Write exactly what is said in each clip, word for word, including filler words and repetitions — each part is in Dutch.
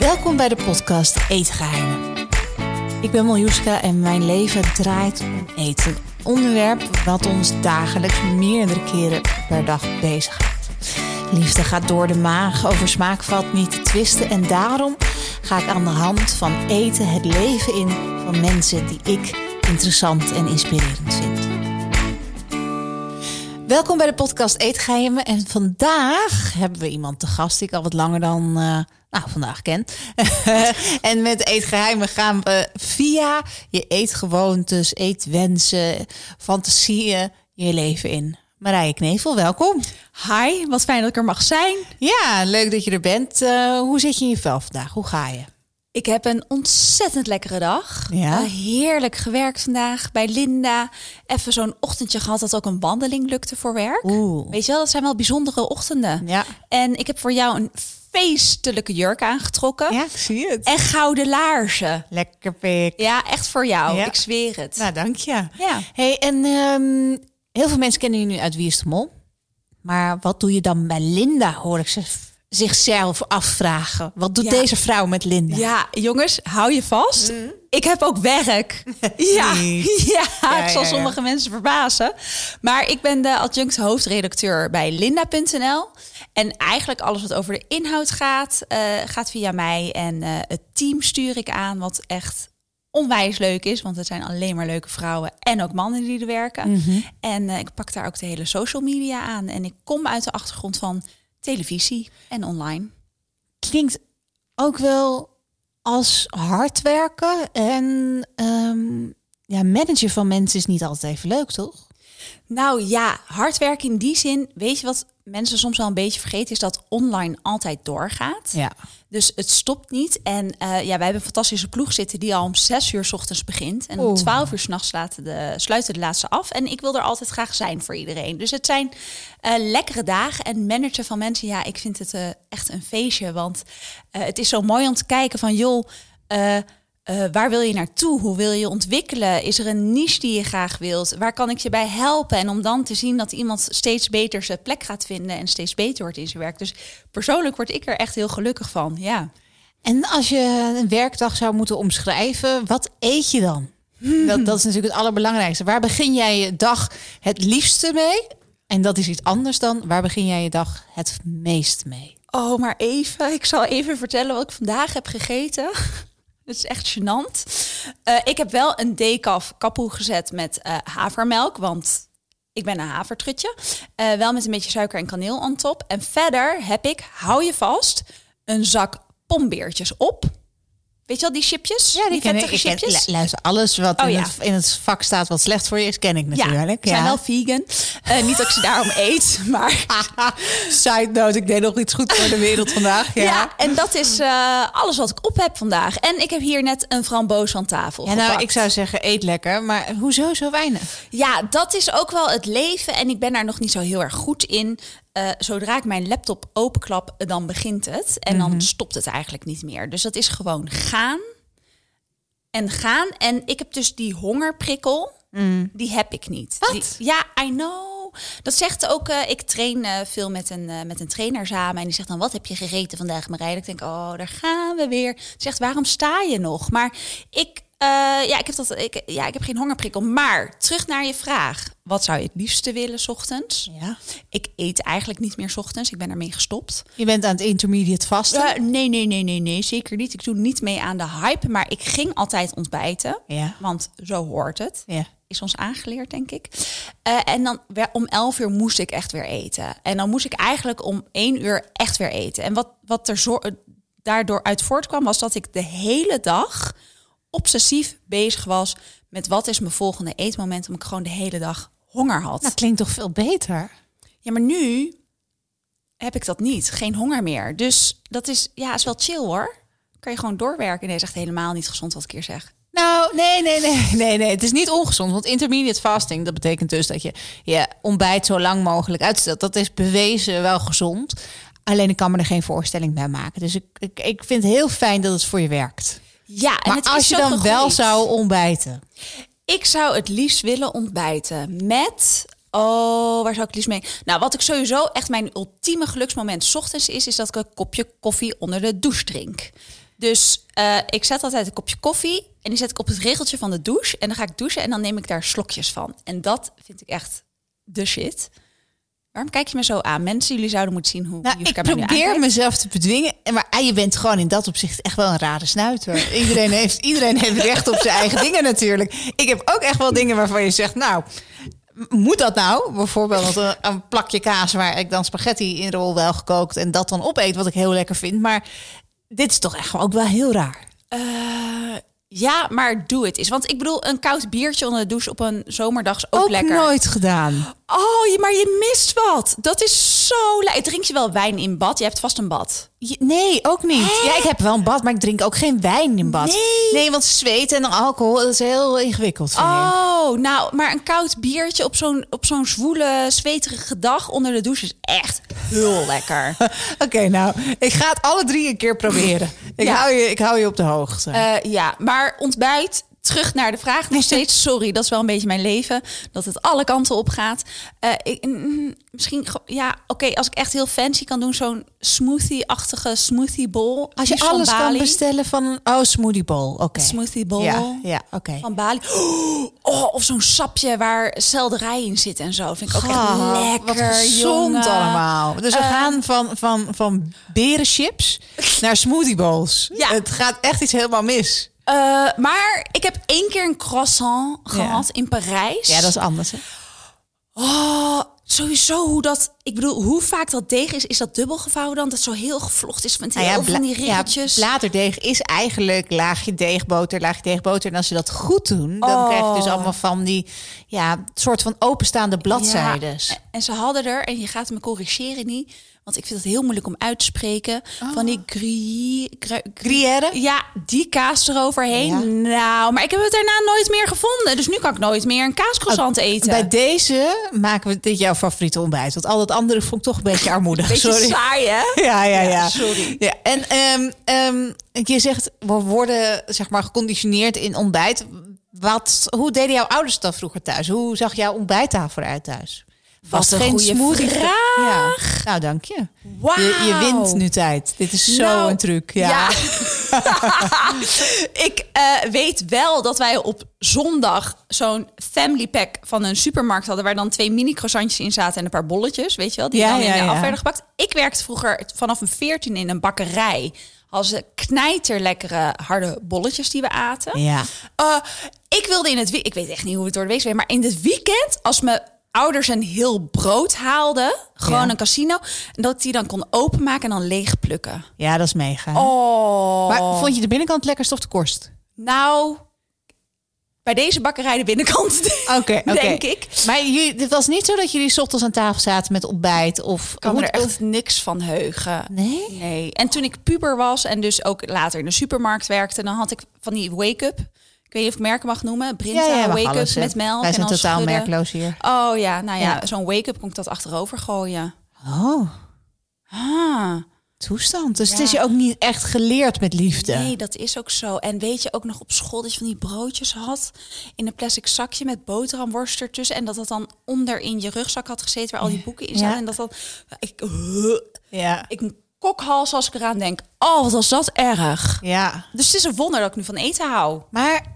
Welkom bij de podcast Eetgeheimen. Ik ben Miljuska en mijn leven draait om eten. Een onderwerp wat ons dagelijks meerdere keren per dag bezighoudt. Liefde gaat door de maag, over smaak valt niet te twisten. En daarom ga ik aan de hand van eten het leven in van mensen die ik interessant en inspirerend vind. Welkom bij de podcast Eetgeheimen. En vandaag hebben we iemand te gast die ik al wat langer dan uh, nou, vandaag ken. En met Eetgeheimen gaan we via je eetgewoontes, eetwensen, fantasieën je leven in. Marije Knevel, welkom. Hi, wat fijn dat ik er mag zijn. Ja, leuk dat je er bent. Uh, hoe zit je in je vel vandaag? Hoe ga je? Ik heb een ontzettend lekkere dag. Ja? Uh, heerlijk gewerkt vandaag bij Linda. Even zo'n ochtendje gehad dat ook een wandeling lukte voor werk. Oeh. Weet je wel, dat zijn wel bijzondere ochtenden. Ja. En ik heb voor jou een feestelijke jurk aangetrokken. Ja, ik zie het. En gouden laarzen. Lekker pik. Ja, echt voor jou. Ja. Ik zweer het. Nou, dank je. Ja. Hey, en um, heel veel mensen kennen je nu uit Wie is de Mol. Maar wat doe je dan bij Linda, hoor ik ze zichzelf afvragen. Wat doet Ja. deze vrouw met Linda? Ja, jongens, hou je vast. Mm. Ik heb ook werk. ja, Niet. ja, Ja, ik zal ja, ja. sommige mensen verbazen. Maar ik ben de adjunct hoofdredacteur bij linda punt n l. En eigenlijk alles wat over de inhoud gaat, uh, gaat via mij. En uh, het team stuur ik aan, wat echt onwijs leuk is. Want het zijn alleen maar leuke vrouwen en ook mannen die er werken. Mm-hmm. En uh, ik pak daar ook de hele social media aan. En ik kom uit de achtergrond van televisie en online. Klinkt ook wel als hard werken. En um, ja, managen van mensen is niet altijd even leuk, toch? Nou ja, hard werken in die zin. Weet je wat mensen soms wel een beetje vergeten, is dat online altijd doorgaat. Ja. Dus het stopt niet. En uh, ja, wij hebben een fantastische ploeg zitten die al om zes uur 's ochtends begint. En om Oeh. twaalf uur 's nachts laten de, sluiten de laatste af. En ik wil er altijd graag zijn voor iedereen. Dus het zijn uh, lekkere dagen. En managen van mensen, ja, ik vind het uh, echt een feestje. Want uh, het is zo mooi om te kijken van, joh, Uh, Uh, waar wil je naartoe? Hoe wil je je ontwikkelen? Is er een niche die je graag wilt? Waar kan ik je bij helpen? En om dan te zien dat iemand steeds beter zijn plek gaat vinden en steeds beter wordt in zijn werk. Dus persoonlijk word ik er echt heel gelukkig van. Ja. En als je een werkdag zou moeten omschrijven, wat eet je dan? Hmm. Dat, dat is natuurlijk het allerbelangrijkste. Waar begin jij je dag het liefste mee? En dat is iets anders dan, waar begin jij je dag het meest mee? Oh, maar even. Ik zal even vertellen wat ik vandaag heb gegeten. Dat is echt gênant. Uh, ik heb wel een decaf kapoe gezet met uh, havermelk, want ik ben een havertrutje. Uh, wel met een beetje suiker en kaneel on top. En verder heb ik, hou je vast, een zak pombeertjes op. Weet je wel, die chipjes? Ja, die, die ken ik. vettige Ik ken, chipjes. luister, alles wat Oh, in, ja. het, in het vak staat wat slecht voor je is, ken ik natuurlijk. Ja, zijn wel vegan. Uh, niet dat ik ze daarom eet, maar... Side note, ik deed nog iets goed voor de wereld vandaag. Ja, ja en dat is uh, alles wat ik op heb vandaag. En ik heb hier net een framboos van tafel Ja, nou, gepakt. ik zou zeggen, eet lekker. Maar hoezo zo weinig? Ja, dat is ook wel het leven. En ik ben daar nog niet zo heel erg goed in. Uh, zodra ik mijn laptop openklap, dan begint het. En dan mm-hmm. stopt het eigenlijk niet meer. Dus dat is gewoon gaan en gaan. En ik heb dus die hongerprikkel, mm. die heb ik niet. Wat? Die, ja, I know. Dat zegt ook, uh, ik train uh, veel met een, uh, met een trainer samen. En die zegt dan, wat heb je gegeten vandaag, Marije? Ik denk, oh, daar gaan we weer. Die zegt, waarom sta je nog? Maar ik... Uh, ja, ik heb dat. Ik, ja, ik heb geen hongerprikkel. Maar terug naar je vraag. Wat zou je het liefste willen 's ochtends? Ja. Ik eet eigenlijk niet meer 's ochtends. Ik ben ermee gestopt. Je bent aan het intermediate vasten? Uh, nee, nee, nee, nee, nee. Zeker niet. Ik doe niet mee aan de hype. Maar ik ging altijd ontbijten. Ja. Want zo hoort het. Ja. Is ons aangeleerd, denk ik. Uh, en dan om elf uur moest ik echt weer eten. En dan moest ik eigenlijk om één uur echt weer eten. En wat, wat er zo, daardoor uit voortkwam, was dat ik de hele dag obsessief bezig was met wat is mijn volgende eetmoment, omdat ik gewoon de hele dag honger had. Dat klinkt toch veel beter? Ja, maar nu heb ik dat niet. Geen honger meer. Dus dat is, ja, is wel chill hoor. Kan je gewoon doorwerken. Nee, is echt helemaal niet gezond wat ik hier zeg. Nou, nee, nee, nee, nee, nee. Het is niet ongezond. Want intermediate fasting, dat betekent dus dat je je ontbijt zo lang mogelijk uitstelt. Dat is bewezen wel gezond. Alleen ik kan me er geen voorstelling bij maken. Dus ik, ik, ik vind het heel fijn dat het voor je werkt. Ja, en maar het als is je zo dan gegroeid. wel zou ontbijten. Ik zou het liefst willen ontbijten met... Oh, waar zou ik het liefst mee? Nou, wat ik sowieso echt mijn ultieme geluksmoment 's ochtends is... is dat ik een kopje koffie onder de douche drink. Dus uh, ik zet altijd een kopje koffie en die zet ik op het regeltje van de douche. En dan ga ik douchen en dan neem ik daar slokjes van. En dat vind ik echt de shit. Waarom kijk je me zo aan? Mensen, jullie zouden moeten zien hoe... Nou, ik probeer mezelf te bedwingen. Maar ah, je bent gewoon in dat opzicht echt wel een rare snuit. Hoor. Iedereen, heeft, iedereen heeft recht op zijn eigen dingen natuurlijk. Ik heb ook echt wel dingen waarvan je zegt... nou, moet dat nou? Bijvoorbeeld een, een plakje kaas waar ik dan spaghetti in rol wel gekookt... en dat dan opeet, wat ik heel lekker vind. Maar dit is toch echt ook wel heel raar. Uh, ja, maar doe het eens. Want ik bedoel, een koud biertje onder de douche op een zomerdag is ook, ook lekker. Ook nooit gedaan. Oh, maar je mist wat. Dat is zo lekker. Drink je wel wijn in bad? Je hebt vast een bad. Je, nee, ook niet. Hè? Ja, ik heb wel een bad, maar ik drink ook geen wijn in bad. Nee, nee want zweet en alcohol, dat is heel ingewikkeld. Oh, je. nou, maar een koud biertje op zo'n, op zo'n zwoele, zweterige dag onder de douche is echt heel lekker. Oké, okay, nou, ik ga het alle drie een keer proberen. Ik, ja. hou, je, ik hou je op de hoogte. Uh, ja, maar ontbijt... Terug naar de vraag nog steeds. Sorry, dat is wel een beetje mijn leven. Dat het alle kanten op gaat. Uh, ik, mm, misschien, ja, oké, okay, als ik echt heel fancy kan doen, zo'n smoothie-achtige smoothie bowl. Als je alles Bali. kan bestellen van een oh, smoothie bowl. Oké. Okay. Smoothie bowl. Ja, ja oké. Okay. Van Bali. Oh, of zo'n sapje waar selderij in zit en zo. Vind ik ook oh, echt lekker. Wat gezond allemaal. Dus we uh, gaan van, van, van berenchips naar smoothie bowls. Ja. Het gaat echt iets helemaal mis. Uh, maar ik heb één keer een croissant gehad ja. in Parijs. Ja, dat is anders, hè? Oh, sowieso hoe dat... Ik bedoel, hoe vaak dat deeg is, is dat dubbel gevouwen dan? Dat zo heel gevlocht is van, heel nou ja, van die regeltjes. Ja, bladerdeeg is eigenlijk laagje deegboter, laagje deegboter. En als ze dat goed doen, dan oh. krijg je dus allemaal van die... ja, soort van openstaande bladzijden. Ja, en ze hadden er, en je gaat me corrigeren niet... want ik vind het heel moeilijk om uit te spreken... Oh. van die grie, grie, gruyère. Ja, die kaas eroverheen. Ja. Nou, maar ik heb het daarna nooit meer gevonden. Dus nu kan ik nooit meer een kaascroissant eten. Bij deze maken we dit jouw favoriete ontbijt. Want al dat andere vond ik toch een beetje armoedig. Beetje sorry. saai, hè? Ja, ja, ja. ja sorry. Ja, en um, um, je zegt, we worden zeg maar geconditioneerd in ontbijt. Wat, hoe deden jouw ouders dat vroeger thuis? Hoe zag jouw ontbijttafel eruit thuis? Was een geen smoothie vraag. Ja. Nou, dank je. Wow. je. Je wint nu tijd. Dit is zo nou, een truc. Ja. ja. ik uh, weet wel dat wij op zondag zo'n family pack van een supermarkt hadden... waar dan twee mini croissantjes in zaten en een paar bolletjes. Weet je wel, die ja, dan in ja, de af ja. werden gepakt. Ik werkte vroeger vanaf een veertien in een bakkerij. Als ze knijterlekkere harde bolletjes die we aten. Ja. Uh, ik wilde in het weekend... Ik weet echt niet hoe het door de week was, maar in het weekend... als me ouders een heel brood haalden, gewoon ja. een casino, en dat die dan kon openmaken en dan leeg plukken. Ja, dat is mega. Hè? Oh. Maar vond je de binnenkant lekkerst of de korst? Nou, bij deze bakkerij de binnenkant, okay, denk okay. ik. Maar jullie, het was niet zo dat jullie 's ochtends aan tafel zaten met ontbijt of... Ik kan er echt niks van heugen. Nee? Nee. En toen ik puber was en dus ook later in de supermarkt werkte, dan had ik van die wake-up. Ik weet niet of ik merken mag noemen. Brinta, ja, ja, wake-up alles, met melk. Wij zijn en totaal schudden. merkloos hier. Oh ja, nou ja, ja. zo'n wake-up kon ik dat achterover gooien. Oh. Ah. Toestand. Dus ja. het is je ook niet echt geleerd met liefde. Nee, dat is ook zo. En weet je ook nog op school dat je van die broodjes had in een plastic zakje met boterhamworst ertussen. En dat dat dan onder in je rugzak had gezeten waar al die boeken in zaten. Ja. En dat dan... Ik, uh, ja. ik kokhals als ik eraan denk. Oh, wat was dat erg. Ja. Dus het is een wonder dat ik nu van eten hou. Maar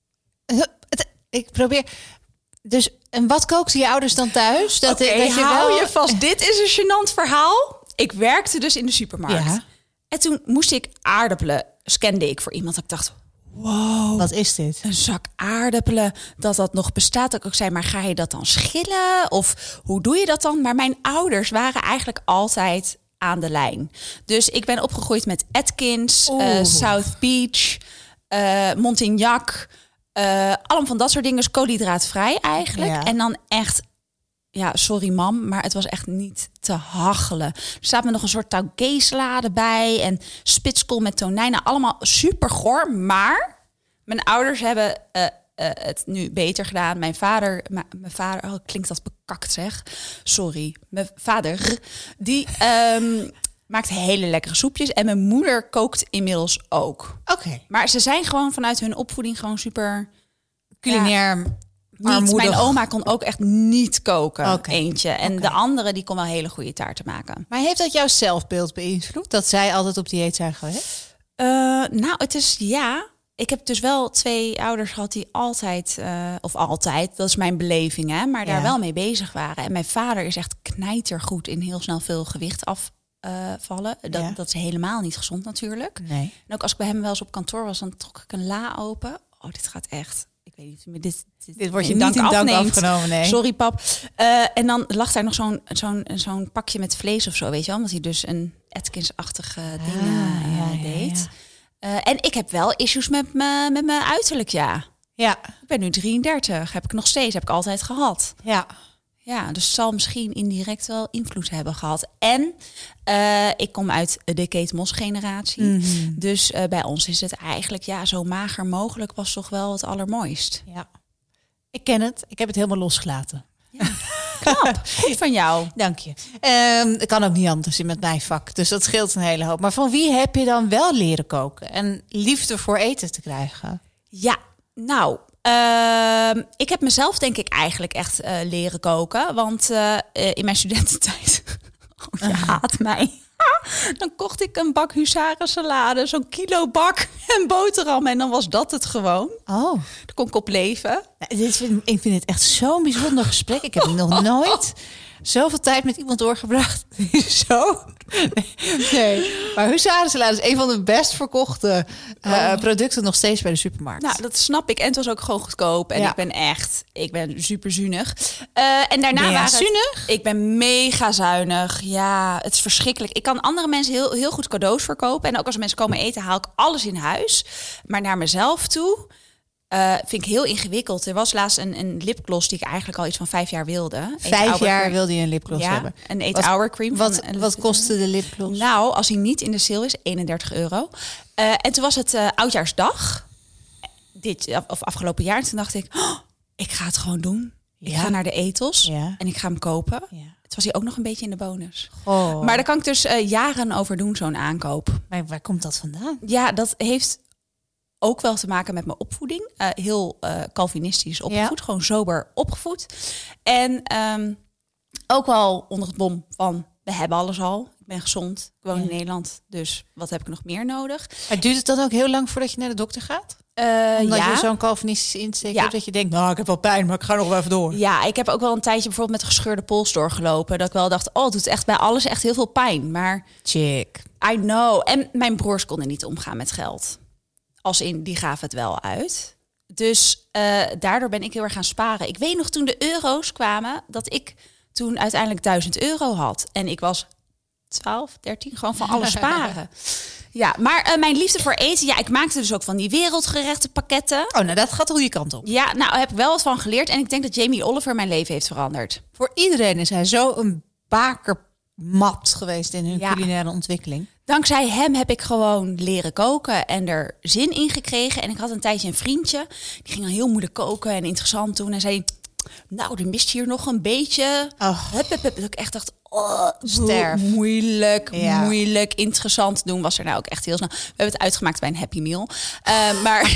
het, ik probeer... Dus, en wat kookten je ouders dan thuis? Dat, okay, dat je hou wel... je vast. Dit is een gênant verhaal. Ik werkte dus in de supermarkt. Ja. En toen moest ik aardappelen, scande ik voor iemand. Dat ik dacht, wow. Wat is dit? Een zak aardappelen, dat dat nog bestaat. Dat ik ook zei, maar ga je dat dan schillen? Of hoe doe je dat dan? Maar mijn ouders waren eigenlijk altijd aan de lijn. Dus ik ben opgegroeid met Atkins, uh, South Beach, uh, Montignac... Uh, allemaal van dat soort dingen, dus koolhydraatvrij eigenlijk. Ja. En dan echt, ja, sorry mam, maar het was echt niet te hachelen. Er staat me nog een soort taugé-salade bij en spitskool met tonijn. Allemaal super goor, maar mijn ouders hebben uh, uh, het nu beter gedaan. Mijn vader, mijn vader, oh, klinkt dat bekakt zeg. Sorry, mijn vader, die... Um, maakt hele lekkere soepjes. En mijn moeder kookt inmiddels ook. Oké. Okay. Maar ze zijn gewoon vanuit hun opvoeding gewoon super... culinair ja, niet. Mijn oma kon ook echt niet koken, okay. eentje. En okay. de andere, die kon wel hele goede taarten maken. Maar heeft dat jouw zelfbeeld beïnvloed? Dat zij altijd op dieet zijn geweest? Uh, nou, het is ja. Ik heb dus wel twee ouders gehad die altijd, uh, of altijd, dat is mijn beleving, hè, maar daar ja. wel mee bezig waren. En mijn vader is echt knijtergoed in heel snel veel gewicht afvallen. Uh, dat, ja. dat is helemaal niet gezond natuurlijk. Nee. En ook als ik bij hem wel eens op kantoor was, dan trok ik een la open. Oh, dit gaat echt. Ik weet niet of je me dit, dit, dit wordt je niet in dank afgenomen, nee. Sorry, pap. Uh, en dan lag daar nog zo'n, zo'n, zo'n pakje met vlees of zo, weet je wel. Omdat hij dus een Atkins-achtige ah, dingen uh, ja, deed. Ja, ja. Uh, en ik heb wel issues met mijn met mijn uiterlijk, ja. Ja. Ik ben nu drieëndertig. Heb ik nog steeds. Heb ik altijd gehad. Ja. Ja, dus het zal misschien indirect wel invloed hebben gehad. En uh, ik kom uit de Kate Moss generatie. Mm-hmm. Dus uh, bij ons is het eigenlijk ja, zo mager mogelijk was toch wel het allermooist. Ja. Ik ken het. Ik heb het helemaal losgelaten. Ja. Knap. Goed van jou. Dank je. Um, ik kan ook niet anders in met mijn vak. Dus dat scheelt een hele hoop. Maar van wie heb je dan wel leren koken? En liefde voor eten te krijgen? Ja, nou... Uh, ik heb mezelf denk ik eigenlijk echt uh, leren koken. Want uh, uh, in mijn studententijd... oh, je haat mij. Dan kocht ik een bak huzarensalade, zo'n kilo bak en boterham. En dan was dat het gewoon. Oh. Daar kon ik op leven. Ja, dit vind, ik vind het echt zo'n bijzonder gesprek. Ik heb nog nooit zoveel tijd met iemand doorgebracht. Zo. Nee. Maar huzarensalade is een van de best verkochte uh, oh. producten nog steeds bij de supermarkt. Nou, dat snap ik. En het was ook gewoon goedkoop. En ja. ik ben echt, ik ben super zuinig. Uh, en daarna ben je waren zuinig? Het, ik ben mega zuinig. Ja, het is verschrikkelijk. Ik kan andere mensen heel, heel goed cadeaus verkopen. En ook als mensen komen eten, haal ik alles in huis. Maar naar mezelf toe... Uh, vind ik heel ingewikkeld. Er was laatst een, een lipgloss die ik eigenlijk al iets van vijf jaar wilde. Vijf jaar cream. Wilde je een lipgloss ja, hebben? Een eight hour cream. Wat, een, wat kostte de lipgloss? Nou, als hij niet in de sale is, eenendertig euro. Uh, en toen was het uh, oudjaarsdag. Dit, of afgelopen jaar. En toen dacht ik, oh, ik ga het gewoon doen. Ik ja. ga naar de Ethos ja. en ik ga hem kopen. Ja. Het was hij ook nog een beetje in de bonus. Oh. Maar daar kan ik dus uh, jaren over doen, zo'n aankoop. Maar waar komt dat vandaan? Ja, dat heeft... ook wel te maken met mijn opvoeding. Uh, heel uh, Calvinistisch opgevoed. Ja. Gewoon sober opgevoed. En um, ook wel onder het bom van... we hebben alles al. Ik ben gezond. Ik woon ja. in Nederland. Dus wat heb ik nog meer nodig? Maar duurt het dan ook heel lang voordat je naar de dokter gaat? Uh, Omdat ja. je zo'n Calvinistische insteek ja. hebt... dat je denkt, nou, ik heb wel pijn, maar ik ga nog wel even door. Ja, ik heb ook wel een tijdje bijvoorbeeld met een gescheurde pols doorgelopen. Dat ik wel dacht, oh, het doet echt bij alles echt heel veel pijn. Maar... Chick. I know. En mijn broers konden niet omgaan met geld. Als in, die gaven het wel uit. Dus uh, daardoor ben ik heel erg gaan sparen. Ik weet nog toen de euro's kwamen... dat ik toen uiteindelijk duizend euro had. En ik was twaalf, dertien, gewoon van alles sparen. Ja, maar uh, mijn liefde voor eten... ja, ik maakte dus ook van die wereldgerechten pakketten. Oh, nou, dat gaat de goede kant op. Ja, nou, heb ik wel wat van geleerd. En ik denk dat Jamie Oliver mijn leven heeft veranderd. Voor iedereen is hij zo een bakermat geweest... in hun ja. culinaire ontwikkeling. Dankzij hem heb ik gewoon leren koken en er zin in gekregen. En ik had een tijdje een vriendje, die ging al heel moeilijk koken en interessant doen. En zei, nou, er mist hier nog een beetje. Oh. Hup, hup, hup. Dat ik echt dacht, oh, sterf. Moeilijk, ja. moeilijk, interessant doen. Was er nou ook echt heel snel. We hebben het uitgemaakt bij een Happy Meal. Uh, maar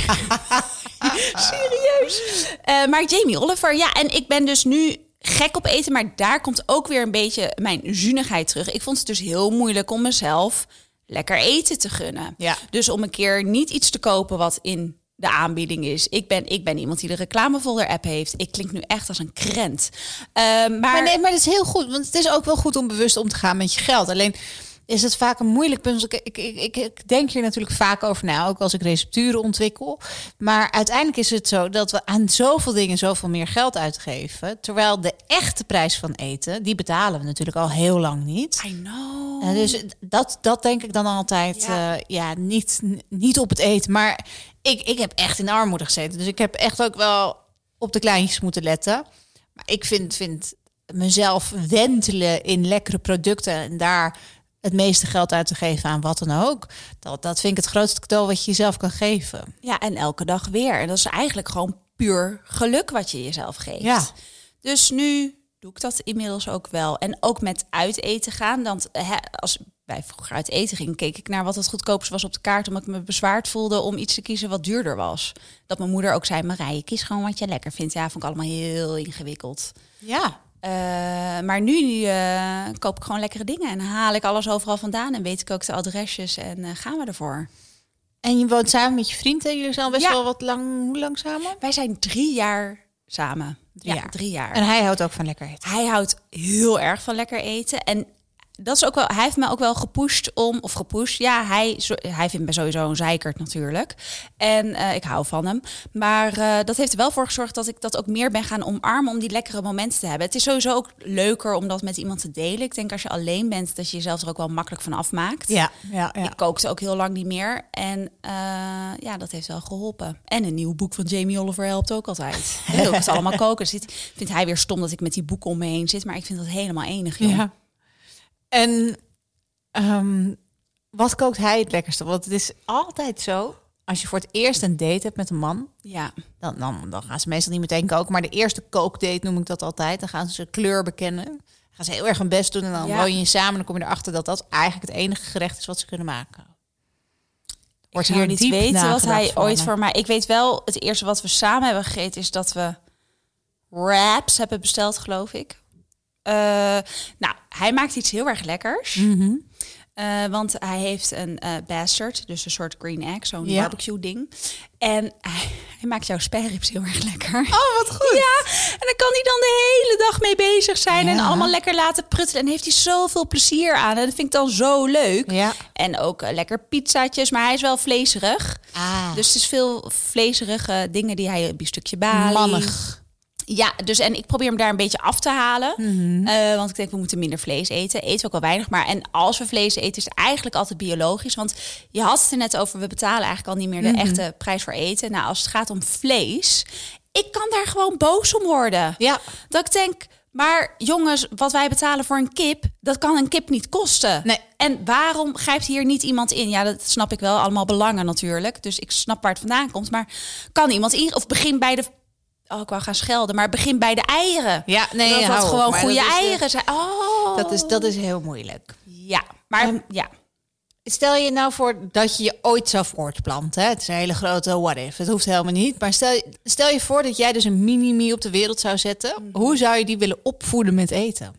serieus. Uh, maar Jamie Oliver, ja, en ik ben dus nu... gek op eten, maar daar komt ook weer een beetje mijn zuinigheid terug. Ik vond het dus heel moeilijk om mezelf lekker eten te gunnen. Ja. Dus om een keer niet iets te kopen wat in de aanbieding is. Ik ben, ik ben iemand die de reclamefolder-app heeft. Ik klink nu echt als een krent. Uh, maar... Maar, nee, maar dat is heel goed, want het is ook wel goed om bewust om te gaan met je geld. Alleen is het vaak een moeilijk punt. Ik, ik, ik, ik denk hier natuurlijk vaak over na, ook als ik recepturen ontwikkel. Maar uiteindelijk is het zo dat we aan zoveel dingen zoveel meer geld uitgeven. Terwijl de echte prijs van eten, die betalen we natuurlijk al heel lang niet. I know. En dus dat, dat denk ik dan altijd, ja, uh, ja niet, niet op het eten. Maar ik, ik heb echt in armoede gezeten. Dus ik heb echt ook wel op de kleintjes moeten letten. Maar ik vind, vind mezelf wentelen in lekkere producten en daar het meeste geld uit te geven aan wat dan ook. Dat, dat vind ik het grootste cadeau wat je jezelf kan geven. Ja, en elke dag weer. En dat is eigenlijk gewoon puur geluk wat je jezelf geeft. Ja. Dus nu doe ik dat inmiddels ook wel. En ook met uit eten gaan. Want hè, als wij vroeger uit eten gingen, keek ik naar wat het goedkoopste was op de kaart, omdat ik me bezwaard voelde om iets te kiezen wat duurder was. Dat mijn moeder ook zei, Marije, kies gewoon wat je lekker vindt. Ja, vond ik allemaal heel ingewikkeld. Ja. Uh, maar nu uh, koop ik gewoon lekkere dingen en haal ik alles overal vandaan en weet ik ook de adresjes en uh, gaan we ervoor. En je woont samen met je vriend en jullie zijn al best Ja. wel wat lang, hoe lang samen? Wij zijn drie jaar samen. Drie ja, jaar. drie jaar. En hij houdt ook van lekker eten. Hij houdt heel erg van lekker eten. En dat is ook wel, hij heeft me ook wel gepusht om, of gepusht. Ja, hij, zo, hij vindt me sowieso een zeikert natuurlijk. En uh, ik hou van hem. Maar uh, dat heeft er wel voor gezorgd dat ik dat ook meer ben gaan omarmen om die lekkere momenten te hebben. Het is sowieso ook leuker om dat met iemand te delen. Ik denk als je alleen bent, dat je jezelf er ook wel makkelijk van afmaakt. Ja, ja, ja. Ik kookte ook heel lang niet meer. En uh, ja, dat heeft wel geholpen. En een nieuw boek van Jamie Oliver helpt ook altijd. En ook het allemaal koken. Dus vindt hij weer stom dat ik met die boeken om me heen zit. Maar ik vind dat helemaal enig, joh. Ja. En um, wat kookt hij het lekkerste? Want het is altijd zo, als je voor het eerst een date hebt met een man, ja. dan, dan, dan gaan ze meestal niet meteen koken. Maar de eerste kookdate noem ik dat altijd. Dan gaan ze kleur bekennen. Dan gaan ze heel erg hun best doen. En dan ja. woon je samen. Dan kom je erachter dat dat eigenlijk het enige gerecht is wat ze kunnen maken. Wordt hier niet diep weten wat hij voor ooit me. voor mij... Ik weet wel, het eerste wat we samen hebben gegeten is dat we wraps hebben besteld, geloof ik. Uh, nou, hij maakt iets heel erg lekkers. Mm-hmm. Uh, want hij heeft een uh, bastard, dus een soort green egg, zo'n ja. barbecue ding. En hij, hij maakt jouw spareribs heel erg lekker. Oh, wat goed. Ja, en dan kan hij dan de hele dag mee bezig zijn ja. en allemaal lekker laten pruttelen. En heeft hij zoveel plezier aan. En dat vind ik dan zo leuk. Ja. En ook uh, lekker pizzaatjes, maar hij is wel vleeserig. Ah. Dus het is veel vleeserige dingen die hij, een stukje Bali. Mannig. Ja, dus en ik probeer hem daar een beetje af te halen. Mm-hmm. Uh, want ik denk, we moeten minder vlees eten. Eten we ook wel weinig. Maar en als we vlees eten, is het eigenlijk altijd biologisch. Want je had het er net over, we betalen eigenlijk al niet meer de mm-hmm. echte prijs voor eten. Nou, als het gaat om vlees, ik kan daar gewoon boos om worden. Ja. Dat ik denk, maar jongens, wat wij betalen voor een kip, dat kan een kip niet kosten. Nee. En waarom grijpt hier niet iemand in? Ja, dat snap ik wel. Allemaal belangen natuurlijk. Dus ik snap waar het vandaan komt. Maar kan iemand in? Of begin bij de... Oh, ik wou gaan schelden, maar begin bij de eieren. Ja, nee, dat dat gewoon goede dat eieren is, zijn. Oh. Dat is, dat is heel moeilijk. Ja, maar um, ja. Stel je nou voor dat je je ooit zou voortplanten. Hè? Het is een hele grote what if. Het hoeft helemaal niet. Maar stel, stel je voor dat jij dus een mini-me op de wereld zou zetten. Mm-hmm. Hoe zou je die willen opvoeden met eten?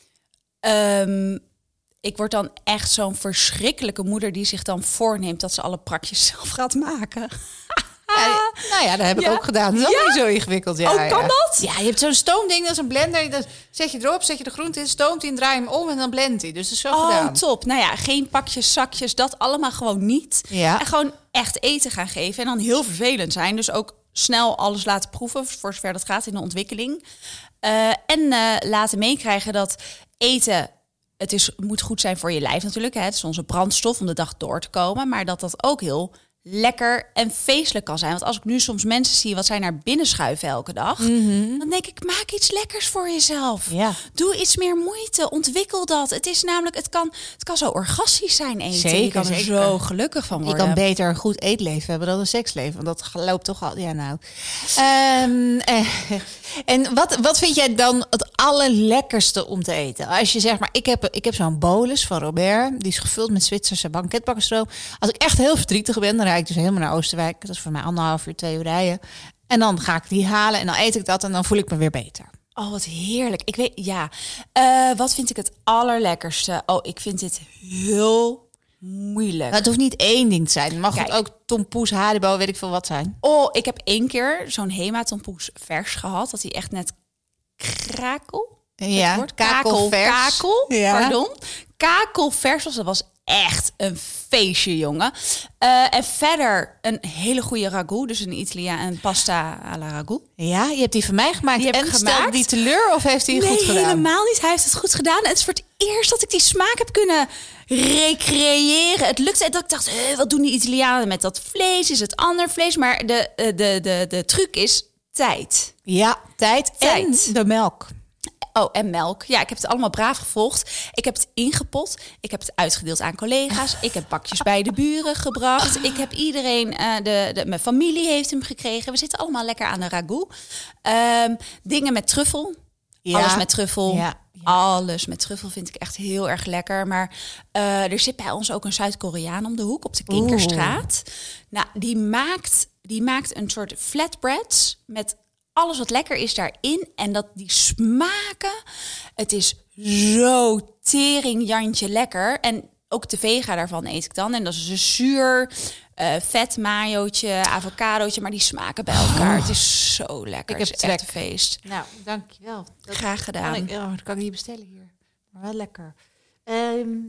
Um, ik word dan echt zo'n verschrikkelijke moeder die zich dan voorneemt dat ze alle prakjes zelf gaat maken. Ja, nou ja, dat heb ik ja. ook gedaan. Dat is ook ja? niet zo ingewikkeld. Ja, oh, kan ja. dat? Ja, je hebt zo'n stoomding, dat is een blender. Dat zet je erop, zet je de groente in, stoomt in, draai hem om en dan blendt hij. Dus dat is zo oh, gedaan. Oh, top. Nou ja, geen pakjes, zakjes, dat allemaal gewoon niet. Ja. En gewoon echt eten gaan geven. En dan heel vervelend zijn. Dus ook snel alles laten proeven, voor zover dat gaat in de ontwikkeling. Uh, en uh, laten meekrijgen dat eten... Het is, moet goed zijn voor je lijf natuurlijk. Hè. Het is onze brandstof om de dag door te komen. Maar dat dat ook heel lekker en feestelijk kan zijn. Want als ik nu soms mensen zie wat zij naar binnen schuiven elke dag... Mm-hmm. dan denk ik, maak iets lekkers voor jezelf. Ja. Doe iets meer moeite. Ontwikkel dat. Het is namelijk, het kan, het kan zo orgastisch zijn eten. Zeker, je kan er zeker. zo gelukkig van worden. Je kan beter een goed eetleven hebben dan een seksleven. Want dat loopt toch al... Ja, nou... Um, eh, en wat, wat vind jij dan het allerlekkerste om te eten? Als je zegt, maar ik heb, ik heb zo'n bolus van Robert. Die is gevuld met Zwitserse banketbakkerstroom. Als ik echt heel verdrietig ben, dan rijd ik dus helemaal naar Oosterwijk. Dat is voor mij anderhalf uur, twee uur rijden. En dan ga ik die halen en dan eet ik dat en dan voel ik me weer beter. Oh, wat heerlijk. Ik weet, ja. Uh, wat vind ik het allerlekkerste? Oh, ik vind dit heel moeilijk. Nou, het hoeft niet één ding te zijn. Mag Kijk. het ook tompoes, haribo, weet ik veel wat zijn? Oh, ik heb één keer zo'n Hema tompoes vers gehad. Dat hij echt net krakel... Ja, woord, kakelvers. Kakel, ja. pardon. Kakelvers was, dat was echt een feestje, jongen. Uh, en verder een hele goede ragout. Dus een Italiaan, een pasta à la ragout. Ja, je hebt die van mij gemaakt. Die heb en ik gemaakt. Stelde die teleur of heeft hij het nee, goed gedaan? Nee, helemaal niet. Hij heeft het goed gedaan. En het is voor het eerst dat ik die smaak heb kunnen recreëren. Het lukte. En dat ik dacht, eh, wat doen die Italianen met dat vlees? Is het ander vlees? Maar de, de, de, de, de truc is tijd. Ja, tijd, tijd. En de melk. Oh, en melk. Ja, ik heb het allemaal braaf gevolgd. Ik heb het ingepot. Ik heb het uitgedeeld aan collega's. Ik heb bakjes bij de buren gebracht. Ik heb iedereen, uh, de, de, mijn familie heeft hem gekregen. We zitten allemaal lekker aan de ragout. Um, dingen met truffel. Ja. Alles met truffel. Ja. Ja. Alles met truffel vind ik echt heel erg lekker. Maar uh, er zit bij ons ook een Zuid-Koreaan om de hoek op de Kinkerstraat. Oeh. Nou, die maakt, die maakt een soort flatbreads met alles wat lekker is daarin. En dat die smaken, het is zo tering Jantje lekker. En ook de vega daarvan eet ik dan. En dat is een zuur, uh, vet mayootje, avocadootje. Maar die smaken bij elkaar. Oh. Het is zo lekker. Ik heb het is echt een feest. Nou, dankjewel. Dat Graag gedaan. Kan ik, oh, dat kan ik niet bestellen hier. Maar wel lekker. Um,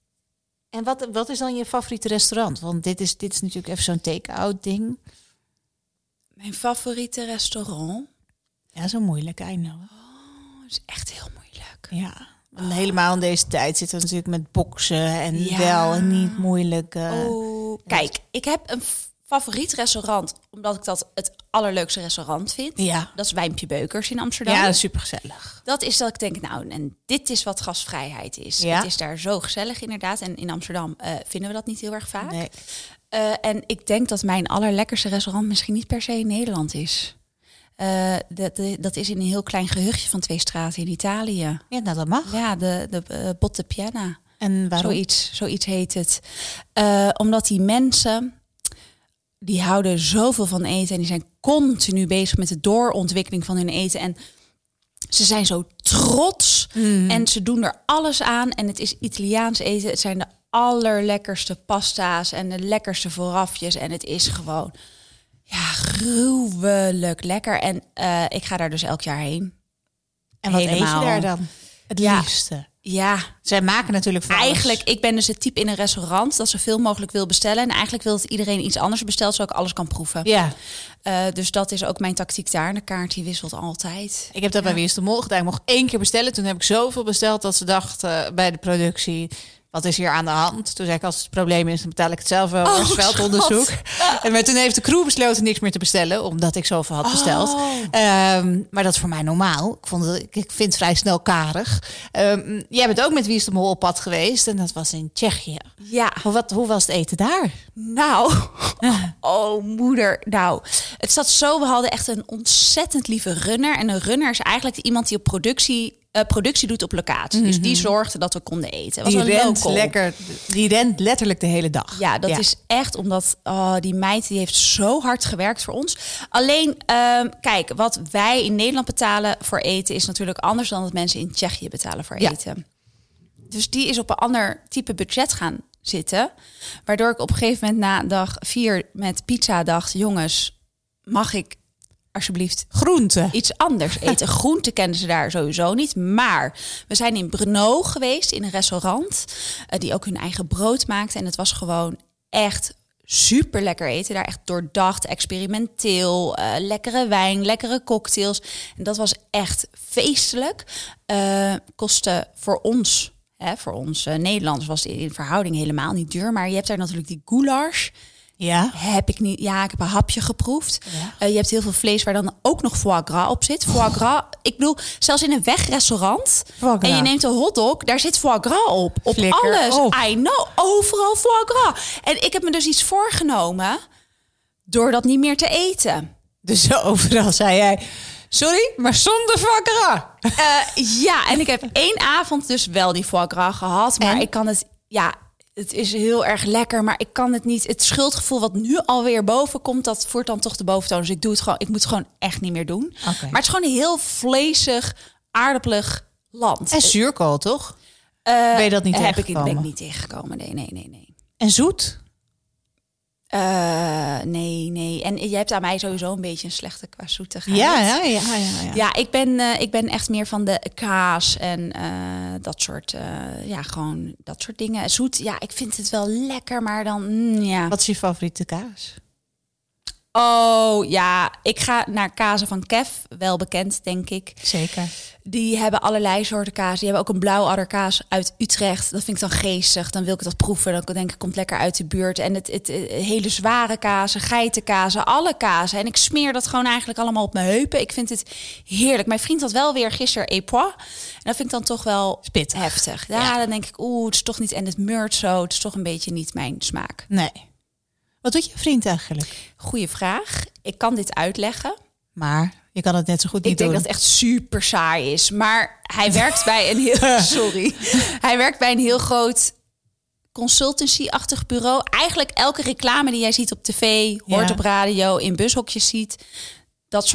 en wat, wat is dan je favoriete restaurant? Want dit is, dit is natuurlijk even zo'n take-out ding. Mijn favoriete restaurant? Ja, zo moeilijk, I know. Oh, dat is echt heel moeilijk. Ja. En helemaal in deze tijd zitten we natuurlijk met boksen en ja. wel en niet moeilijk. Uh, oh, kijk, ik heb een favoriet restaurant, omdat ik dat het allerleukste restaurant vind. Ja. Dat is Wijmpje Beukers in Amsterdam. Ja, supergezellig. Dat is dat ik denk, nou, en dit is wat gastvrijheid is. Ja. Het is daar zo gezellig inderdaad. En in Amsterdam uh, vinden we dat niet heel erg vaak. Nee. Uh, en ik denk dat mijn allerlekkerste restaurant misschien niet per se in Nederland is. Uh, dat, dat is in een heel klein gehuchtje van twee straten in Italië. Ja, nou dat mag. Ja, de, de uh, Botte Piana. En waarom? Zoiets, zoiets heet het. Uh, omdat die mensen, die houden zoveel van eten en die zijn continu bezig met de doorontwikkeling van hun eten. En ze zijn zo trots mm. en ze doen er alles aan. En het is Italiaans eten. Het zijn de allerlekkerste pasta's en de lekkerste voorafjes. En het is gewoon... Ja, gruwelijk lekker. En uh, ik ga daar dus elk jaar heen. En wat Helemaal. eet je daar dan? Het ja. liefste. Ja. Zij maken natuurlijk van Eigenlijk, alles. Ik ben dus het type in een restaurant dat zoveel mogelijk wil bestellen. En eigenlijk wil dat iedereen iets anders bestelt, zodat ik alles kan proeven. Ja. Uh, dus dat is ook mijn tactiek daar. De kaart die wisselt altijd. Ik heb dat ja. bij Wie is de Mol gedaan. Ik mocht één keer bestellen. Toen heb ik zoveel besteld dat ze dachten uh, bij de productie... Wat is hier aan de hand? Toen zei ik, als het probleem is, dan betaal ik het zelf wel als oh, veldonderzoek. En maar toen heeft de crew besloten niks meer te bestellen, omdat ik zoveel had besteld. Oh. Um, maar dat is voor mij normaal. Ik, vond het, ik vind het vrij snel karig. Um, jij bent ook met Wie is de Mol op pad geweest en dat was in Tsjechië. Ja. Hoe, wat, hoe was het eten daar? Nou, oh moeder. Nou, het zat zo, we hadden echt een ontzettend lieve runner. En een runner is eigenlijk iemand die op productie... Uh, productie doet op locatie. Mm-hmm. Dus die zorgde dat we konden eten. Was die een rent local. lekker. Die rent letterlijk de hele dag. Ja, dat ja. is echt omdat oh, die meid die heeft zo hard gewerkt voor ons. Alleen, uh, kijk, wat wij in Nederland betalen voor eten is natuurlijk anders dan wat mensen in Tsjechië betalen voor ja. eten. Dus die is op een ander type budget gaan zitten, waardoor ik op een gegeven moment na dag vier met pizza dacht, jongens, mag ik alsjeblieft groente. Iets anders eten. Groente kennen ze daar sowieso niet. Maar we zijn in Brno geweest, in een restaurant, uh, die ook hun eigen brood maakte. En het was gewoon echt super lekker eten. Daar echt doordacht, experimenteel, uh, lekkere wijn, lekkere cocktails. En dat was echt feestelijk. Uh, kostte voor ons, hè, voor ons uh, Nederlanders was het in verhouding helemaal niet duur. Maar je hebt daar natuurlijk die goulash. Ja. Heb ik niet. Ja, ik heb een hapje geproefd. Ja. Uh, je hebt heel veel vlees waar dan ook nog foie gras op zit. Foie gras, ik bedoel, zelfs in een wegrestaurant. En je neemt een hotdog, daar zit foie gras op. Op Flikker alles. Op. I know, overal foie gras. En ik heb me dus iets voorgenomen door dat niet meer te eten. Dus overal zei jij, sorry, maar zonder foie gras. Uh, ja, en ik heb één avond dus wel die foie gras gehad. Maar en? ik kan het, ja... Het is heel erg lekker, maar ik kan het niet. Het schuldgevoel wat nu alweer boven komt, dat voert dan toch de boventoon. Dus ik doe het gewoon. Ik moet het gewoon echt niet meer doen. Okay. Maar het is gewoon een heel vleesig, aardappelig land. En zuurkool, toch? Uh, ben je dat niet heb tegengekomen? Ik, ben ik niet tegengekomen. Nee, nee, nee, nee. En zoet? Uh, nee, nee. En jij hebt aan mij sowieso een beetje een slechte qua zoetigheid. Ja, ja, ja, ja, ja. Ja, ik ben, uh, ik ben echt meer van de kaas en uh, dat soort, uh, ja, gewoon dat soort dingen. Zoet, ja, ik vind het wel lekker, maar dan, mm, ja. Wat is je favoriete kaas? Oh, ja, ik ga naar kazen van Kef, wel bekend, denk ik. Zeker. Die hebben allerlei soorten kaas. Die hebben ook een blauwadderkaas uit Utrecht. Dat vind ik dan geestig. Dan wil ik dat proeven. Dan denk ik, komt lekker uit de buurt. En het, het, het hele zware kazen, geitenkazen, alle kazen. En ik smeer dat gewoon eigenlijk allemaal op mijn heupen. Ik vind het heerlijk. Mijn vriend had wel weer gisteren épois. En dat vind ik dan toch wel Spittig. Heftig. Ja, ja, dan denk ik, oeh, het is toch niet... En het meurt zo. Het is toch een beetje niet mijn smaak. Nee. Wat doet je vriend eigenlijk? Goeie vraag. Ik kan dit uitleggen. Maar je kan het net zo goed niet ik denk doen. dat het echt super saai is. Maar hij werkt bij een heel... Sorry. Hij werkt bij een heel groot consultancy-achtig bureau. Eigenlijk elke reclame die jij ziet op tv, hoort ja. op radio, in bushokjes ziet. Dat soort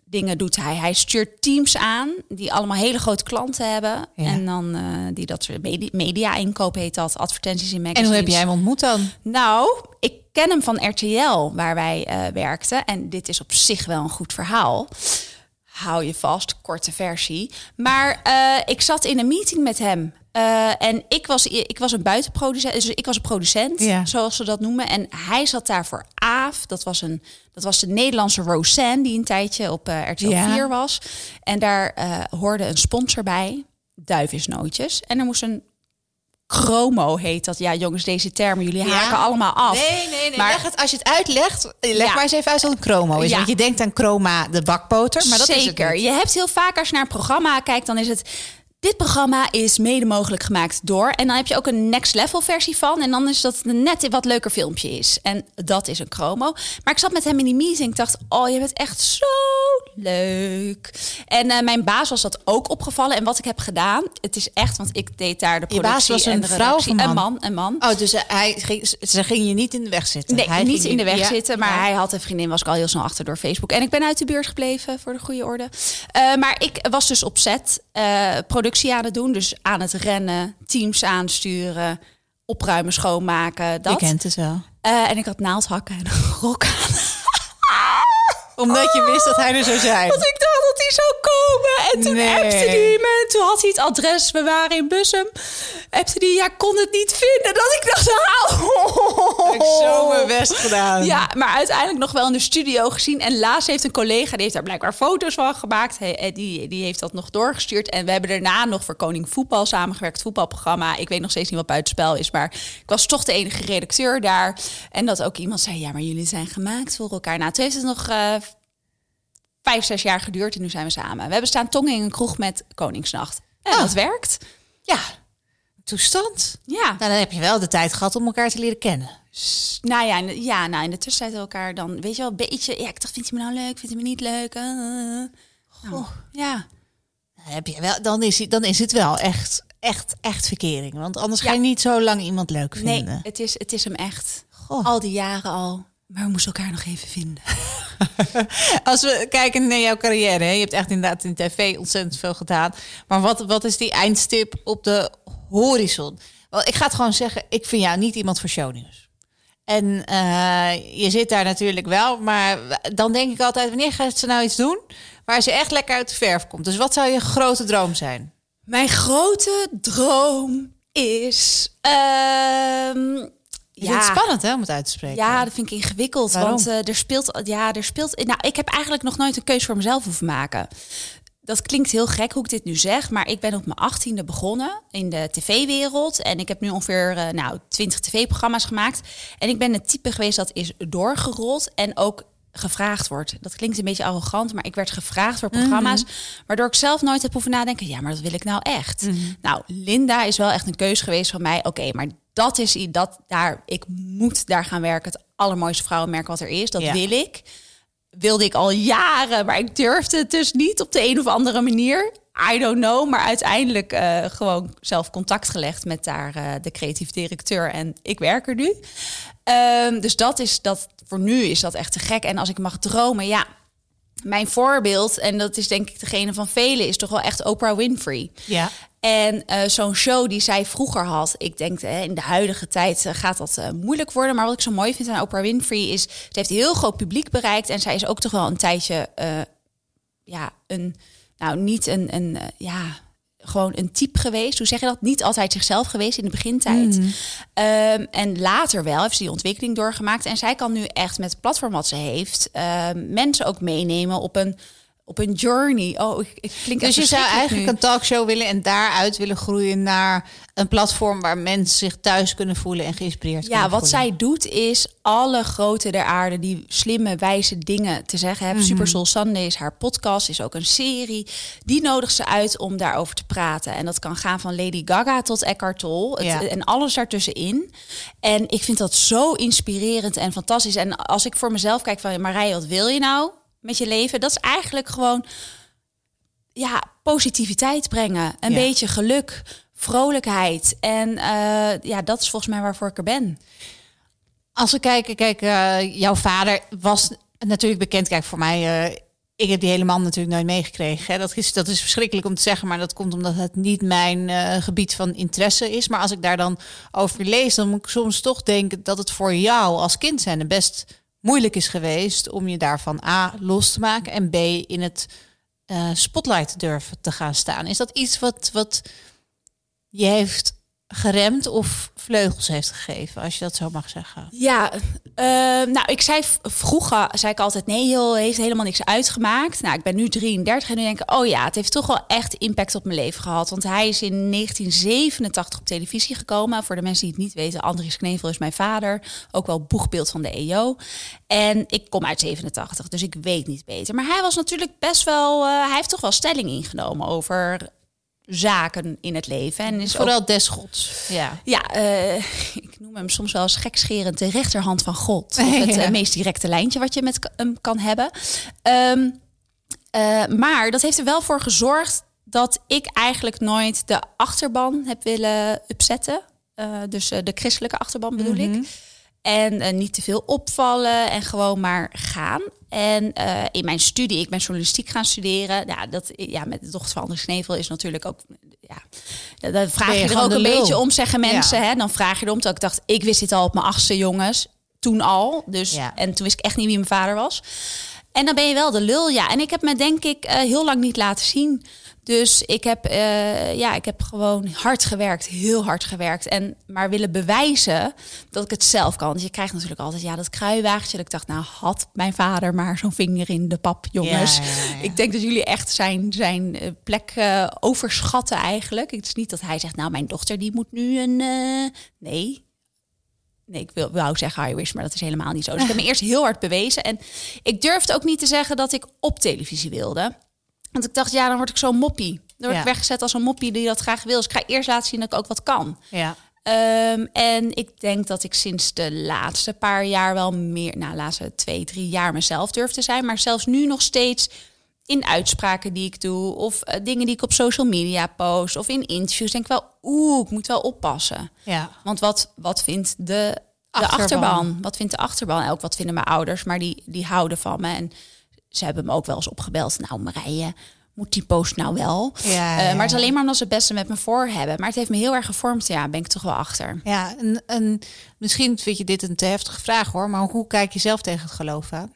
dingen doet hij. Hij stuurt teams aan die allemaal hele grote klanten hebben. Ja. En dan uh, die dat soort media, media inkoop heet dat, advertenties in magazines. En hoe heb jij hem ontmoet dan? Nou, ik ken hem van R T L, waar wij uh, werkten. En dit is op zich wel een goed verhaal. Hou je vast, korte versie. Maar uh, ik zat in een meeting met hem. Uh, en ik was, ik was een buitenproducent, dus ik was een producent, ja. zoals ze dat noemen. En hij zat daar voor Aaf. Dat was, een, dat was de Nederlandse Roseanne, die een tijdje op uh, R T L ja. vier was. En daar uh, hoorde een sponsor bij, Duivisnootjes. En er moest een chromo, heet dat. Ja, jongens, deze termen, jullie ja. haken allemaal af. Nee, nee, nee. Maar het, als je het uitlegt, leg ja. maar eens even uit wat een chromo is. Ja. Want je denkt aan chroma, de bakboter, maar dat Zeker. is het niet. Je hebt heel vaak, als je naar een programma kijkt, dan is het... Dit programma is mede mogelijk gemaakt door... en dan heb je ook een next level versie van... en dan is dat net een wat leuker filmpje is. En dat is een chromo. Maar ik zat met hem in die meeting. Ik dacht, oh, je bent echt zo leuk. En uh, mijn baas was dat ook opgevallen. En wat ik heb gedaan, het is echt... want ik deed daar de productie. Je baas was een en de vrouw of een man? Een man, een man. Oh, dus uh, hij ging, ze ging je niet in de weg zitten? Nee, hij niet in de weg ja, zitten. Maar ja. hij had een vriendin, was ik al heel snel achter door Facebook. En ik ben uit de buurt gebleven, voor de goede orde. Uh, maar ik was dus op set... Uh, productie aan het doen, dus aan het rennen, teams aansturen, opruimen, schoonmaken, dat. Je kent het wel. Uh, en ik had naaldhakken en een rok aan. Omdat je wist dat hij er zou zijn. Want ik dacht dat hij zou komen. En toen nee. appte hij me. En toen had hij het adres. We waren in Bussum. Appte hij, ja, kon het niet vinden. Dat ik dacht, nou. Ik heb zo mijn best gedaan. Ja, maar uiteindelijk nog wel in de studio gezien. En laatst heeft een collega, die heeft daar blijkbaar foto's van gemaakt. He, die, die heeft dat nog doorgestuurd. En we hebben daarna nog voor Koning Voetbal samengewerkt. Voetbalprogramma. Ik weet nog steeds niet wat buitenspel is. Maar ik was toch de enige redacteur daar. En dat ook iemand zei, ja, maar jullie zijn gemaakt voor elkaar. Nou, toen heeft het nog... Uh, Vijf, zes jaar geduurd en nu zijn we samen. We hebben staan tongen in een kroeg met Koningsnacht. En oh. dat werkt. Ja, toestand. Ja. Nou, dan heb je wel de tijd gehad om elkaar te leren kennen. S- nou ja, in de, ja nou, in de tussentijd elkaar dan, weet je wel, een beetje... Ja, ik dacht, vindt hij me nou leuk? Vindt hij me niet leuk? Uh, nou, ja. Dan, heb je wel, dan, is het, dan is het wel echt, echt, echt verkering. Want anders ja. ga je niet zo lang iemand leuk vinden. Nee, het is, het is hem echt. Goh. Al die jaren al. Maar we moesten elkaar nog even vinden. Als we kijken naar jouw carrière, hè? Je hebt echt inderdaad in tv ontzettend veel gedaan. Maar wat, wat is die eindstip op de horizon? Wel, ik ga het gewoon zeggen, ik vind jou niet iemand voor shownieuws. En uh, je zit daar natuurlijk wel, maar dan denk ik altijd, wanneer gaat ze nou iets doen waar ze echt lekker uit de verf komt? Dus wat zou je grote droom zijn? Mijn grote droom is... Uh, Je ja. vindt het spannend, hè, om het uit te spreken. Ja, dat vind ik ingewikkeld. Waarom? Want uh, er speelt, ja, er speelt. Nou, ik heb eigenlijk nog nooit een keuze voor mezelf hoeven maken. Dat klinkt heel gek hoe ik dit nu zeg, maar ik ben op mijn achttiende begonnen in de tv-wereld en ik heb nu ongeveer uh, nou twintig tv-programma's gemaakt. En ik ben het type geweest dat is doorgerold en ook gevraagd wordt. Dat klinkt een beetje arrogant, maar ik werd gevraagd voor programma's, mm-hmm. waardoor ik zelf nooit heb hoeven nadenken. Ja, maar dat wil ik nou echt. Mm-hmm. Nou, Linda is wel echt een keuze geweest van mij. Oké, okay, maar dat is dat daar. Ik moet daar gaan werken. Het allermooiste vrouwenmerk wat er is. Dat ja. wil ik. Wilde ik al jaren, maar ik durfde het dus niet op de een of andere manier. I don't know, maar uiteindelijk uh, gewoon zelf contact gelegd met daar uh, de creatief directeur en ik werk er nu. Um, dus dat is dat voor nu is dat echt te gek. En als ik mag dromen, ja, mijn voorbeeld en dat is denk ik degene van velen is toch wel echt Oprah Winfrey. Ja. En uh, zo'n show die zij vroeger had, ik denk uh, in de huidige tijd uh, gaat dat uh, moeilijk worden. Maar wat ik zo mooi vind aan Oprah Winfrey is, ze heeft een heel groot publiek bereikt en zij is ook toch wel een tijdje, uh, ja, een, nou niet een, een uh, ja, gewoon een type geweest. Hoe zeg je dat? Niet altijd zichzelf geweest in de begintijd. Mm. Um, en later wel heeft ze die ontwikkeling doorgemaakt. En zij kan nu echt met het platform wat ze heeft, uh, mensen ook meenemen op een op een journey. Oh, ik, ik klink dus je zou eigenlijk nu. een talkshow willen en daaruit willen groeien naar een platform waar mensen zich thuis kunnen voelen en geïnspireerd ja, kunnen wat voelen. zij doet is alle grote der aarde die slimme, wijze dingen te zeggen hebben. Mm-hmm. Super Soul Sundays, haar podcast is ook een serie. Die nodigt ze uit om daarover te praten. En dat kan gaan van Lady Gaga tot Eckhart Tolle. Ja. Het, en alles daartussenin. En ik vind dat zo inspirerend en fantastisch. En als ik voor mezelf kijk van Marije, wat wil je nou met je leven? Dat is eigenlijk gewoon ja, positiviteit brengen. Een ja. beetje geluk, vrolijkheid. En uh, ja, dat is volgens mij waarvoor ik er ben. Als we kijken, kijk, uh, jouw vader was natuurlijk bekend. Kijk, voor mij, uh, Ik heb die hele man natuurlijk nooit meegekregen. Hè. Dat is, dat is verschrikkelijk om te zeggen, maar dat komt omdat het niet mijn uh, gebied van interesse is. Maar als ik daar dan over lees, dan moet ik soms toch denken dat het voor jou als kind zijn best moeilijk is geweest om je daarvan A, los te maken en B, in het uh, spotlight durven te gaan staan. Is dat iets wat, wat je heeft geremd of vleugels heeft gegeven, als je dat zo mag zeggen? Ja, uh, nou, ik zei vroeger, zei ik altijd, nee, joh, heeft helemaal niks uitgemaakt. Nou, ik ben nu drieëndertig en nu denk ik, oh ja, het heeft toch wel echt impact op mijn leven gehad. Want hij is in negentien zevenentachtig op televisie gekomen. Voor de mensen die het niet weten, Andries Knevel is mijn vader. Ook wel boegbeeld van de E O. En ik kom uit zevenentachtig, dus ik weet niet beter. Maar hij was natuurlijk best wel, uh, hij heeft toch wel stelling ingenomen over zaken in het leven. En is vooral ook des gods. Ja, ja uh, ik noem hem soms wel eens gekscherend de rechterhand van God. Of het ja. uh, meest directe lijntje wat je met hem kan hebben. Um, uh, maar dat heeft er wel voor gezorgd dat ik eigenlijk nooit de achterban heb willen upzetten. Uh, dus uh, de christelijke achterban bedoel mm-hmm. ik. En uh, niet te veel opvallen en gewoon maar gaan. En uh, in mijn studie, ik ben journalistiek gaan studeren. Ja, dat, ja, met de dochter van Andries Knevel is natuurlijk ook... Ja, dan vraag je, je er ook een lul. beetje om, zeggen mensen. Ja. Hè? Dan vraag je erom. Toen ik dacht, ik wist dit al op mijn achtste, jongens. Toen al. Dus, ja. En toen wist ik echt niet wie mijn vader was. En dan ben je wel de lul, ja. En ik heb me denk ik uh, heel lang niet laten zien. Dus ik heb, uh, ja, ik heb gewoon hard gewerkt, heel hard gewerkt. En maar willen bewijzen dat ik het zelf kan. Want je krijgt natuurlijk altijd ja, dat kruiwagentje. Dat ik dacht, nou had mijn vader maar zo'n vinger in de pap, jongens. Ja, ja, ja. Ik denk dat jullie echt zijn, zijn plek uh, overschatten eigenlijk. Het is niet dat hij zegt, nou mijn dochter die moet nu een... Uh... Nee, Nee, ik wil, wou zeggen Irish, maar dat is helemaal niet zo. Dus ik heb me eerst heel hard bewezen. En ik durfde ook niet te zeggen dat ik op televisie wilde. Want ik dacht, ja, dan word ik zo'n moppie. Dan word ik ja. weggezet als een moppie die dat graag wil. Dus ik ga eerst laten zien dat ik ook wat kan. Ja. Um, en ik denk dat ik sinds de laatste paar jaar wel meer... Nou, de laatste twee, drie jaar mezelf durf te zijn. Maar zelfs nu nog steeds in uitspraken die ik doe... of uh, dingen die ik op social media post... of in interviews denk ik wel... oeh, ik moet wel oppassen. Ja. Want wat, wat vindt de, de achterban. achterban? Wat vindt de achterban? Ook wat vinden mijn ouders? Maar die, die houden van me. En ze hebben me ook wel eens opgebeld. Nou, Marije, moet die post nou wel? Ja, ja, ja. Uh, maar het is alleen maar omdat ze het beste met me voor hebben. Maar het heeft me heel erg gevormd. Ja, ben ik toch wel achter. Ja, en, en misschien vind je dit een te heftige vraag hoor. Maar hoe kijk je zelf tegen het geloof aan?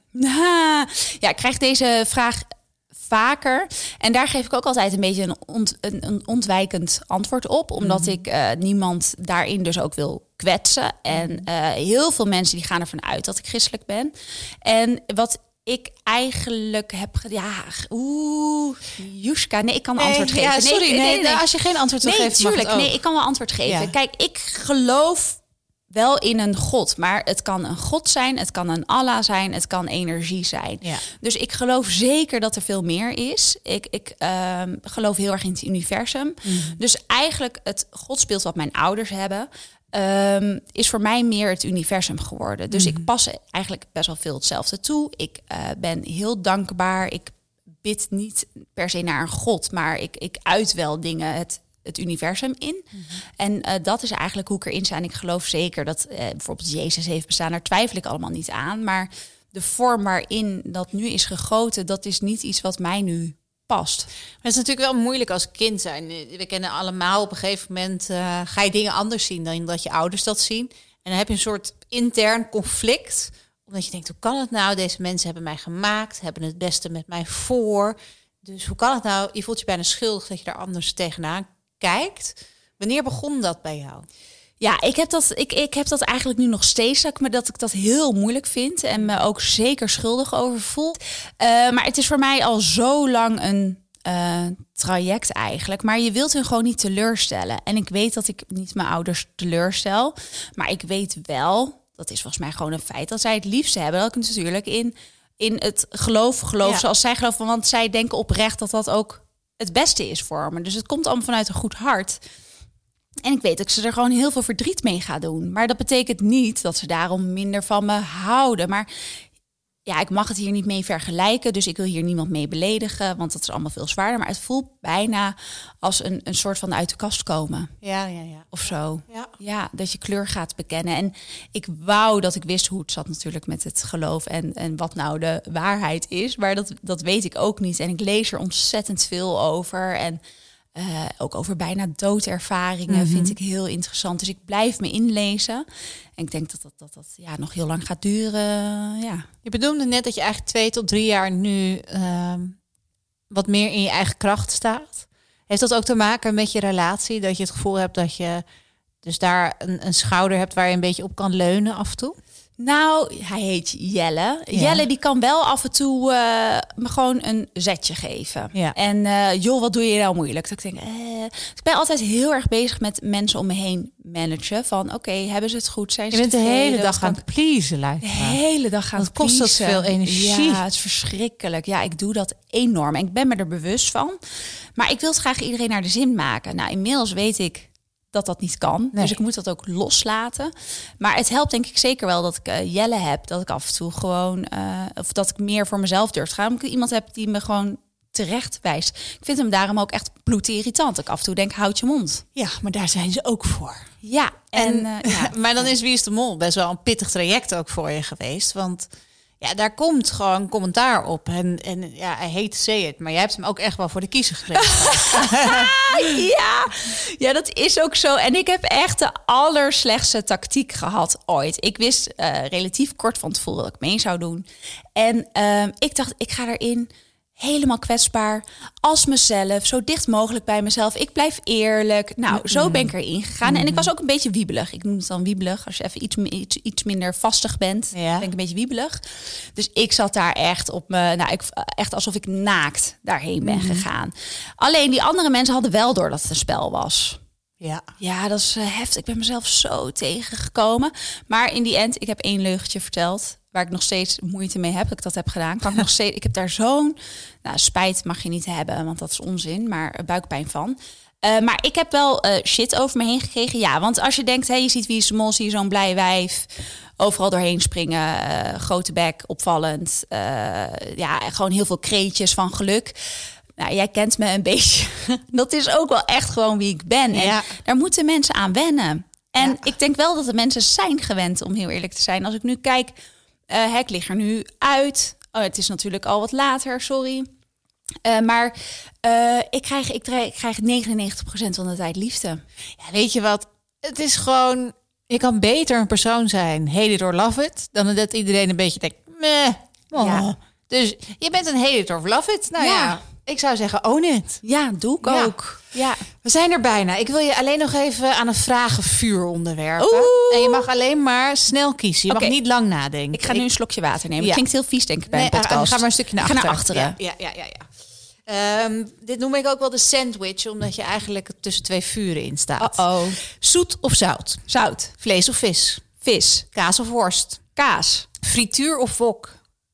Ja, ik krijg deze vraag vaker. En daar geef ik ook altijd een beetje een, ont, een, een ontwijkend antwoord op. Omdat mm. ik uh, niemand daarin dus ook wil kwetsen. En uh, heel veel mensen die gaan ervan uit dat ik christelijk ben. En wat ik eigenlijk heb gedaan... Ja, oeh, Juska, nee, ik kan nee, antwoord geven. Ja, sorry, nee, nee, nee, nee. Als je geen antwoord wil nee, geven, tuurlijk, mag het ook. Nee, ik kan wel antwoord geven. Ja. Kijk, ik geloof wel in een God, maar het kan een God zijn, het kan een Allah zijn, het kan energie zijn. Ja. Dus ik geloof zeker dat er veel meer is. Ik, ik uh, geloof heel erg in het universum. Mm. Dus eigenlijk het godsbeeld wat mijn ouders hebben... Um, is voor mij meer het universum geworden. Dus mm-hmm. ik pas eigenlijk best wel veel hetzelfde toe. Ik uh, ben heel dankbaar. Ik bid niet per se naar een god, maar ik, ik uit wel dingen het, het universum in. Mm-hmm. En uh, dat is eigenlijk hoe ik erin sta. En ik geloof zeker dat uh, bijvoorbeeld Jezus heeft bestaan. Daar twijfel ik allemaal niet aan. Maar de vorm waarin dat nu is gegoten, dat is niet iets wat mij nu past. Maar het is natuurlijk wel moeilijk als kind zijn. We kennen allemaal op een gegeven moment uh, ga je dingen anders zien dan dat je ouders dat zien. En dan heb je een soort intern conflict. Omdat je denkt, hoe kan het nou? Deze mensen hebben mij gemaakt, hebben het beste met mij voor. Dus hoe kan het nou? Je voelt je bijna schuldig dat je daar anders tegenaan kijkt. Wanneer begon dat bij jou? Ja, ik heb dat, ik, ik heb dat eigenlijk nu nog steeds, dat ik, me, dat ik dat heel moeilijk vind en me ook zeker schuldig over voel. Uh, maar het is voor mij al zo lang een uh, traject eigenlijk. Maar je wilt hun gewoon niet teleurstellen. En ik weet dat ik niet mijn ouders teleurstel. Maar ik weet wel, dat is volgens mij gewoon een feit, dat zij het liefste hebben. Dat ik natuurlijk in, in het geloof geloof ja. zoals zij geloven. Want zij denken oprecht dat dat ook het beste is voor me. Dus het komt allemaal vanuit een goed hart. En ik weet dat ik ze er gewoon heel veel verdriet mee ga doen. Maar dat betekent niet dat ze daarom minder van me houden. Maar ja, ik mag het hier niet mee vergelijken. Dus ik wil hier niemand mee beledigen. Want dat is allemaal veel zwaarder. Maar het voelt bijna als een, een soort van uit de kast komen. Ja, ja, ja. Of zo. Ja. Ja, dat je kleur gaat bekennen. En ik wou dat ik wist hoe het zat natuurlijk met het geloof. En, en wat nou de waarheid is. Maar dat, dat weet ik ook niet. En ik lees er ontzettend veel over. En uh, ook over bijna doodervaringen mm-hmm. vind ik heel interessant. Dus ik blijf me inlezen. En ik denk dat dat, dat, dat ja, nog heel lang gaat duren. Ja. Je bedoelde net dat je eigenlijk twee tot drie jaar nu uh, wat meer in je eigen kracht staat. Heeft dat ook te maken met je relatie? Dat je het gevoel hebt dat je dus daar een, een schouder hebt waar je een beetje op kan leunen af en toe? Nou, hij heet Jelle. Ja. Jelle die kan wel af en toe uh, me gewoon een zetje geven. Ja. En uh, joh, wat doe je nou moeilijk? Dat ik denk, eh. ik ben altijd heel erg bezig met mensen om me heen managen. Van oké, okay, hebben ze het goed? Zijn ze je bent de hele dag aan het pleasen, lijkt me. De hele dag gaan het kost dat veel energie. Ja, het is verschrikkelijk. Ja, ik doe dat enorm. En ik ben me er bewust van. Maar ik wil het graag iedereen naar de zin maken. Nou, inmiddels weet ik dat dat niet kan. Nee. Dus ik moet dat ook loslaten. Maar het helpt denk ik zeker wel dat ik uh, Jelle heb. Dat ik af en toe gewoon... Uh, of dat ik meer voor mezelf durf te gaan. Omdat ik iemand heb die me gewoon terecht wijst. Ik vind hem daarom ook echt bloedirritant. Ik af en toe denk, houd je mond. Ja, maar daar zijn ze ook voor. Ja. En, en uh, ja. Maar dan is Wie is de Mol best wel een pittig traject ook voor je geweest. Want ja, daar komt gewoon commentaar op. En, en ja, I hate to say it, maar jij hebt hem ook echt wel voor de kiezer gekregen. ja. ja, dat is ook zo. En ik heb echt de allerslechtste tactiek gehad ooit. Ik wist uh, relatief kort van tevoren dat ik mee zou doen. En uh, ik dacht, ik ga erin helemaal kwetsbaar, als mezelf, zo dicht mogelijk bij mezelf. Ik blijf eerlijk. Nou, mm-hmm. zo ben ik erin gegaan. Mm-hmm. En ik was ook een beetje wiebelig. Ik noem het dan wiebelig. Als je even iets, iets, iets minder vastig bent, ja. ben ik een beetje wiebelig. Dus ik zat daar echt op me, nou, ik, echt alsof ik naakt daarheen ben mm-hmm. gegaan. Alleen die andere mensen hadden wel door dat het een spel was. Ja, ja, dat is uh, heftig. Ik ben mezelf zo tegengekomen. Maar in die end, ik heb één leugentje verteld waar ik nog steeds moeite mee heb, dat ik dat heb gedaan. Kan ik nog steeds. Ik heb daar zo'n, nou, spijt mag je niet hebben, want dat is onzin, maar buikpijn van. Uh, maar ik heb wel uh, shit over me heen gekregen. Ja, want als je denkt, hé, hey, je ziet Wie is de Mol, zie je zo'n blij wijf, overal doorheen springen, uh, grote bek, opvallend, uh, ja, gewoon heel veel kreetjes van geluk. Nou, jij kent me een beetje. Dat is ook wel echt gewoon wie ik ben. En ja. daar moeten mensen aan wennen. En ja. ik denk wel dat de mensen zijn gewend, om heel eerlijk te zijn. Als ik nu kijk, uh, ik lig er nu uit. Oh, het is natuurlijk al wat later, sorry. Uh, maar uh, ik, krijg, ik, krijg, ik krijg negenennegentig procent van de tijd liefde. Ja, weet je wat? Het is gewoon, je kan beter een persoon zijn, hate it or love it, dan dat iedereen een beetje denkt, meh. Oh. Ja. Dus je bent een hate it or love it. Nou ja. ja. Ik zou zeggen, own it. Ja, doe ik ja. ook. Ja. We zijn er bijna. Ik wil je alleen nog even aan een vragenvuur onderwerpen. Oeh. En je mag alleen maar snel kiezen. Je okay. mag niet lang nadenken. Ik ga nu een slokje water nemen. Ja. Het klinkt heel vies, denk ik, bij nee, een podcast. Ga maar een stukje naar, achter. naar achteren. Ja, ja, ja, ja, ja. Um, dit noem ik ook wel de sandwich, omdat je eigenlijk tussen twee vuren in staat. Uh-oh. Zoet of zout? Zout. Vlees of vis? Vis. Kaas of worst? Kaas. Frituur of wok?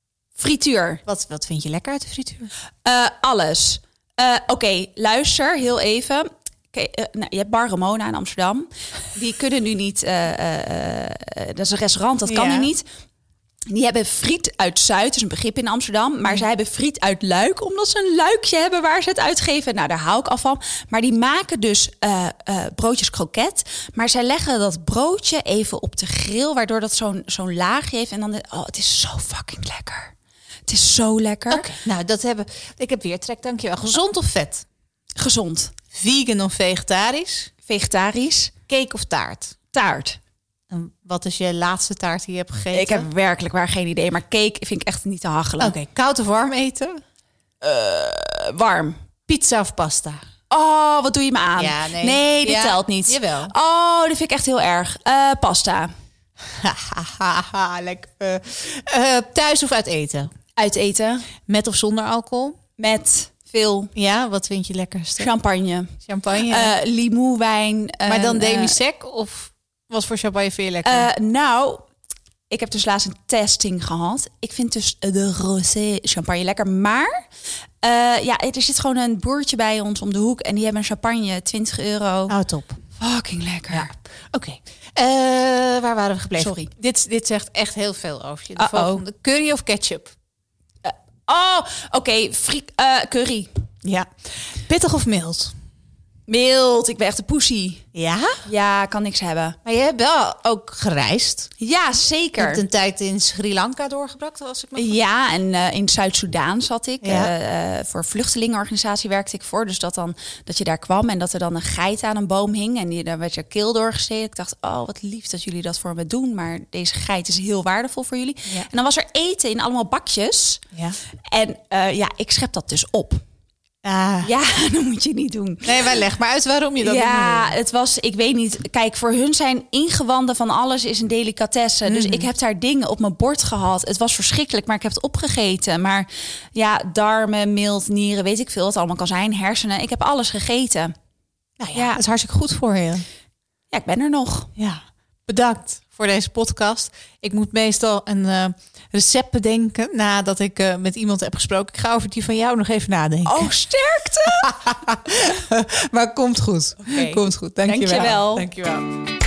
Frituur. Wat, wat vind je lekker uit de frituur? Uh, alles. Uh, Oké, okay, luister heel even. Okay, uh, nou, je hebt Bar Ramona in Amsterdam. Die kunnen nu niet... Uh, uh, uh, dat is een restaurant, dat kan ja. nu niet. Die hebben friet uit Zuid, dat is een begrip in Amsterdam. Maar mm. zij hebben friet uit Luik, omdat ze een luikje hebben waar ze het uitgeven. Nou, daar hou ik af van. Maar die maken dus uh, uh, broodjes kroket. Maar zij leggen dat broodje even op de grill, waardoor dat zo'n, zo'n laagje heeft. En dan, de, oh, het is zo fucking lekker. Het is zo lekker. Okay, nou, dat hebben. Ik heb weer trek, dankjewel. Gezond of vet? Gezond. Vegan of vegetarisch? Vegetarisch. Cake of taart? Taart. En wat is je laatste taart die je hebt gegeten? Ik heb werkelijk waar geen idee, maar cake vind ik echt niet te hachelen. Oké, okay, koud of warm eten? Uh, warm. Pizza of pasta? Oh, wat doe je me aan? Ja, nee. nee, dit ja, telt niet. Jawel. Oh, dat vind ik echt heel erg. Uh, pasta. Lekker. Uh, uh, thuis of uit eten? Uit eten. Met of zonder alcohol? Met veel. Ja, wat vind je lekkerste? Champagne. Champagne. Uh, limoenwijn. Uh, maar dan demi-sec uh, of was voor champagne veel lekker? Uh, nou, ik heb dus laatst een testing gehad. Ik vind dus de rosé champagne lekker. Maar uh, ja, er zit gewoon een boertje bij ons om de hoek. En die hebben een champagne, twintig euro. Oh, top. Fucking lekker. Ja. Oké. Okay. Uh, waar waren we gebleven? Sorry. Dit, dit zegt echt heel veel over je. De Uh-oh. volgende. Curry of ketchup? Uh, oh, oké. Okay. Uh, curry. Ja. Pittig of mild? Mild. Ik ben echt een poesie. Ja? Ja, kan niks hebben. Maar je hebt wel ook gereisd. Ja, zeker. Je hebt een tijd in Sri Lanka doorgebracht, als ik me goed. Ja, en uh, in Zuid-Soedan zat ik. Ja. Uh, uh, voor een vluchtelingenorganisatie werkte ik voor. Dus dat, dan, dat je daar kwam en dat er dan een geit aan een boom hing. En die, daar werd je keel doorgesneden. Ik dacht, oh, wat lief dat jullie dat voor me doen. Maar deze geit is heel waardevol voor jullie. Ja. En dan was er eten in allemaal bakjes. Ja. En uh, ja, ik schep dat dus op. Ah. Ja, dat moet je niet doen. Nee, maar leg maar uit waarom je dat ja, niet Ja, moet. het was, ik weet niet. Kijk, voor hun zijn ingewanden van alles is een delicatesse. Mm-hmm. Dus ik heb daar dingen op mijn bord gehad. Het was verschrikkelijk, maar ik heb het opgegeten. Maar ja, darmen, mild, nieren, weet ik veel wat het allemaal kan zijn. Hersenen, ik heb alles gegeten. Nou ja, ja. Het is hartstikke goed voor je. Ja, ik ben er nog. Ja, bedankt voor deze podcast. Ik moet meestal een uh, recept bedenken nadat ik uh, met iemand heb gesproken. Ik ga over die van jou nog even nadenken. Oh, sterkte! Maar komt goed. Okay. Komt goed. Dank je wel. Dank je wel. Dank je wel.